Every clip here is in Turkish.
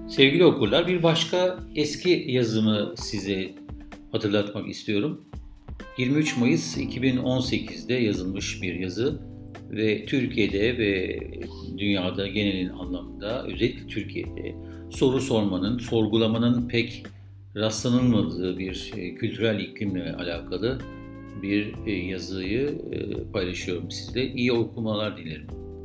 Sevgili okurlar, bir başka eski yazımı size hatırlatmak istiyorum. 23 Mayıs 2018'de yazılmış bir yazı ve Türkiye'de ve dünyada genelin anlamında, özellikle Türkiye'de soru sormanın, sorgulamanın pek rastlanılmadığı bir kültürel iklimle alakalı bir yazıyı paylaşıyorum sizle. İyi okumalar dilerim.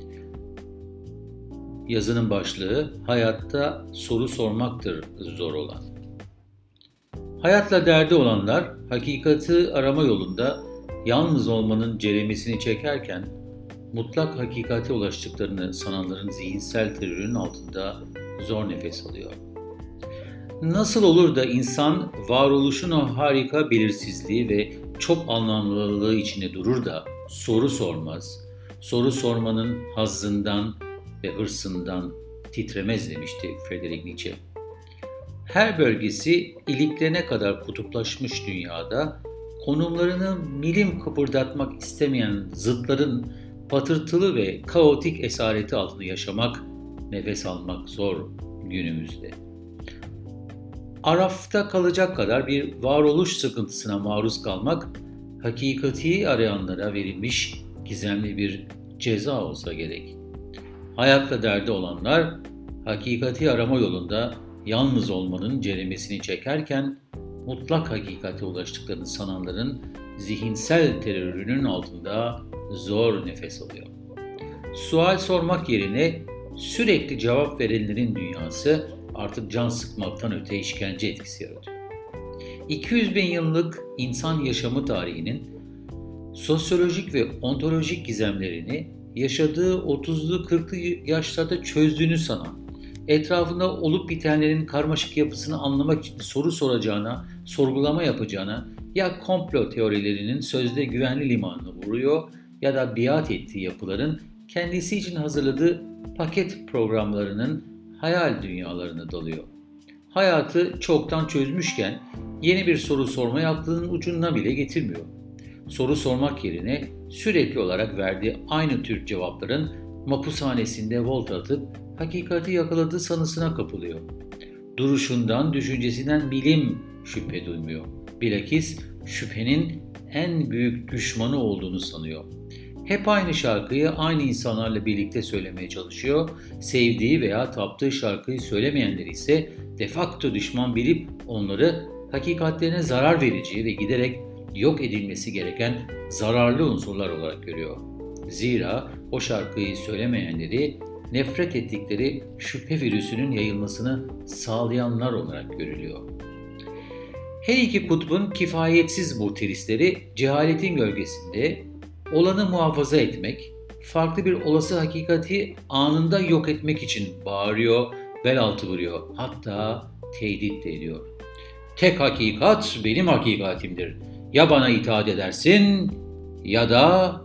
Yazının başlığı, hayatta soru sormaktır zor olan. Hayatla derdi olanlar, hakikati arama yolunda yalnız olmanın ceremesini çekerken, mutlak hakikate ulaştıklarını sananların zihinsel terörünün altında zor nefes alıyor. Nasıl olur da insan varoluşun o harika belirsizliği ve çok anlamlılığı içinde durur da soru sormaz, soru sormanın hazzından ve hırsından titremez demişti Friedrich Nietzsche. Her bölgesi iliklerine kadar kutuplaşmış dünyada konumlarını milim kıpırdatmak istemeyen zıtların patırtılı ve kaotik esareti altında yaşamak, nefes almak zor günümüzde. Arafta kalacak kadar bir varoluş sıkıntısına maruz kalmak, hakikati arayanlara verilmiş gizemli bir ceza olsa gerek. Hayatla derdi olanlar, hakikati arama yolunda yalnız olmanın ceremesini çekerken, mutlak hakikate ulaştıklarını sananların zihinsel terörünün altında zor nefes alıyor. Sual sormak yerine sürekli cevap verenlerin dünyası artık can sıkmaktan öte işkence etkisi yaratıyor. 200 bin yıllık insan yaşamı tarihinin sosyolojik ve ontolojik gizemlerini yaşadığı 30'lu 40'lı yaşlarda çözdüğünü sanan, etrafında olup bitenlerin karmaşık yapısını anlamak için soru soracağına, sorgulama yapacağına ya komplo teorilerinin sözde güvenli limanına vuruyor ya da biat ettiği yapıların kendisi için hazırladığı paket programlarının hayal dünyalarına dalıyor. Hayatı çoktan çözmüşken yeni bir soru sormayı aklının ucuna bile getirmiyor. Soru sormak yerine sürekli olarak verdiği aynı tür cevapların mapushanesinde volta atıp hakikati yakaladığı sanısına kapılıyor. Duruşundan, düşüncesinden bilim şüphe duymuyor. Bilakis şüphenin en büyük düşmanı olduğunu sanıyor. Hep aynı şarkıyı aynı insanlarla birlikte söylemeye çalışıyor. Sevdiği veya taptığı şarkıyı söylemeyenleri ise de facto düşman bilip onları hakikatlerine zarar verici ve giderek yok edilmesi gereken zararlı unsurlar olarak görüyor. Zira o şarkıyı söylemeyenleri nefret ettikleri şüphe virüsünün yayılmasını sağlayanlar olarak görülüyor. Her iki kutbun kifayetsiz muhteristleri cehaletin gölgesinde olanı muhafaza etmek, farklı bir olası hakikati anında yok etmek için bağırıyor, bel altı vuruyor, hatta tehdit de ediyor. Tek hakikat benim hakikatimdir. Ya bana itaat edersin ya da...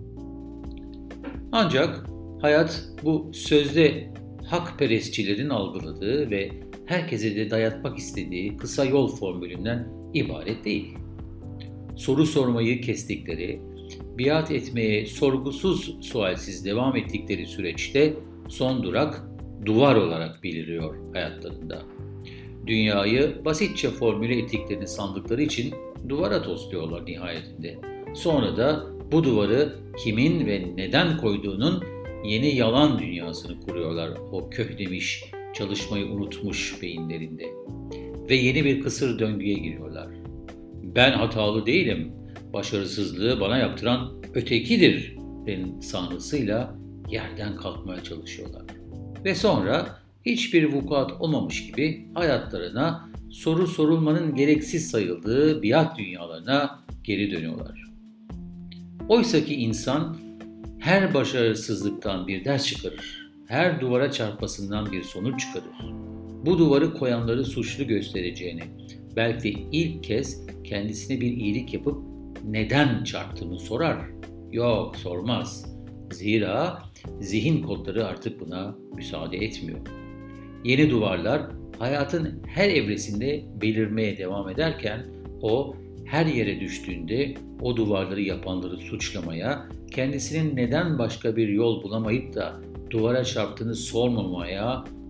Ancak hayat bu sözde hakperestçilerin algıladığı ve herkese de dayatmak istediği kısa yol formülünden ibaret değil. Soru sormayı kestikleri, biat etmeye sorgusuz sualsiz devam ettikleri süreçte son durak duvar olarak beliriyor hayatlarında. Dünyayı basitçe formüle ettiklerini sandıkları için duvara tosluyorlar nihayetinde. Sonra da bu duvarı kimin ve neden koyduğunun yeni yalan dünyasını kuruyorlar o köhnemiş, çalışmayı unutmuş beyinlerinde. Ve yeni bir kısır döngüye giriyorlar. Ben hatalı değilim, başarısızlığı bana yaptıran ötekidir sanrısıyla yerden kalkmaya çalışıyorlar. Ve sonra hiçbir vukuat olmamış gibi hayatlarına soru sorulmanın gereksiz sayıldığı biat dünyalarına geri dönüyorlar. Oysaki insan her başarısızlıktan bir ders çıkarır, her duvara çarpmasından bir sonuç çıkarır. Bu duvarı koyanları suçlu göstereceğini, belki de ilk kez kendisine bir iyilik yapıp neden çarptığını sorar. Yok, sormaz. Zira zihin kodları artık buna müsaade etmiyor. Yeni duvarlar hayatın her evresinde belirmeye devam ederken o her yere düştüğünde o duvarları yapanları suçlamaya, kendisinin neden başka bir yol bulamayıp da duvara çarptığını sormamaya,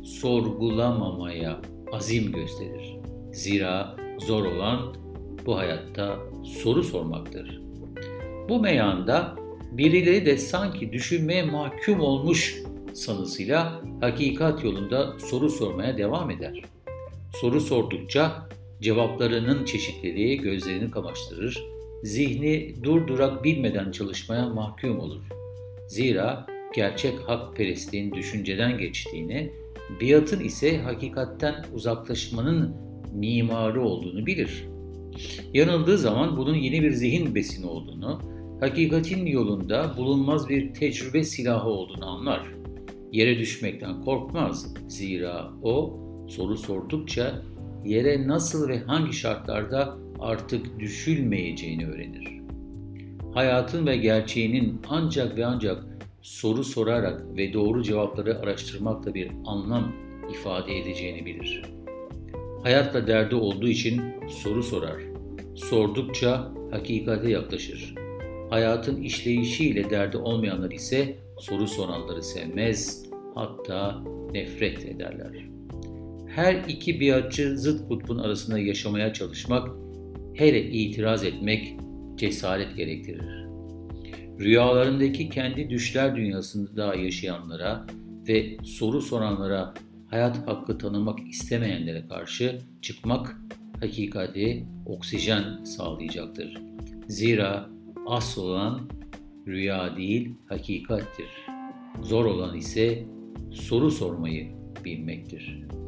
sorgulamamaya azim gösterir. Zira zor olan bu hayatta soru sormaktır. Bu meyanda birileri de sanki düşünmeye mahkum olmuş sanısıyla hakikat yolunda soru sormaya devam eder. Soru sordukça cevaplarının çeşitliliği gözlerini kamaştırır, zihni durdurak bilmeden çalışmaya mahkum olur. Zira gerçek hakperestliğin düşünceden geçtiğini, biatın ise hakikatten uzaklaşmanın mimarı olduğunu bilir. Yanıldığı zaman bunun yeni bir zihin besini olduğunu, hakikatin yolunda bulunmaz bir tecrübe silahı olduğunu anlar. Yere düşmekten korkmaz. Zira o soru sordukça yere nasıl ve hangi şartlarda artık düşülmeyeceğini öğrenir. Hayatın ve gerçeğinin ancak ve ancak soru sorarak ve doğru cevapları araştırmakla bir anlam ifade edeceğini bilir. Hayatla derdi olduğu için soru sorar. Sordukça hakikate yaklaşır. Hayatın işleyişiyle derdi olmayanlar ise soru soranları sevmez, hatta nefret ederler. Her iki biatçı zıt kutbun arasında yaşamaya çalışmak, hele itiraz etmek cesaret gerektirir. Rüyalarındaki kendi düşler dünyasında yaşayanlara ve soru soranlara hayat hakkı tanımak istemeyenlere karşı çıkmak hakikate oksijen sağlayacaktır. Zira asıl olan rüya değil hakikattir. Zor olan ise soru sormayı bilmektir.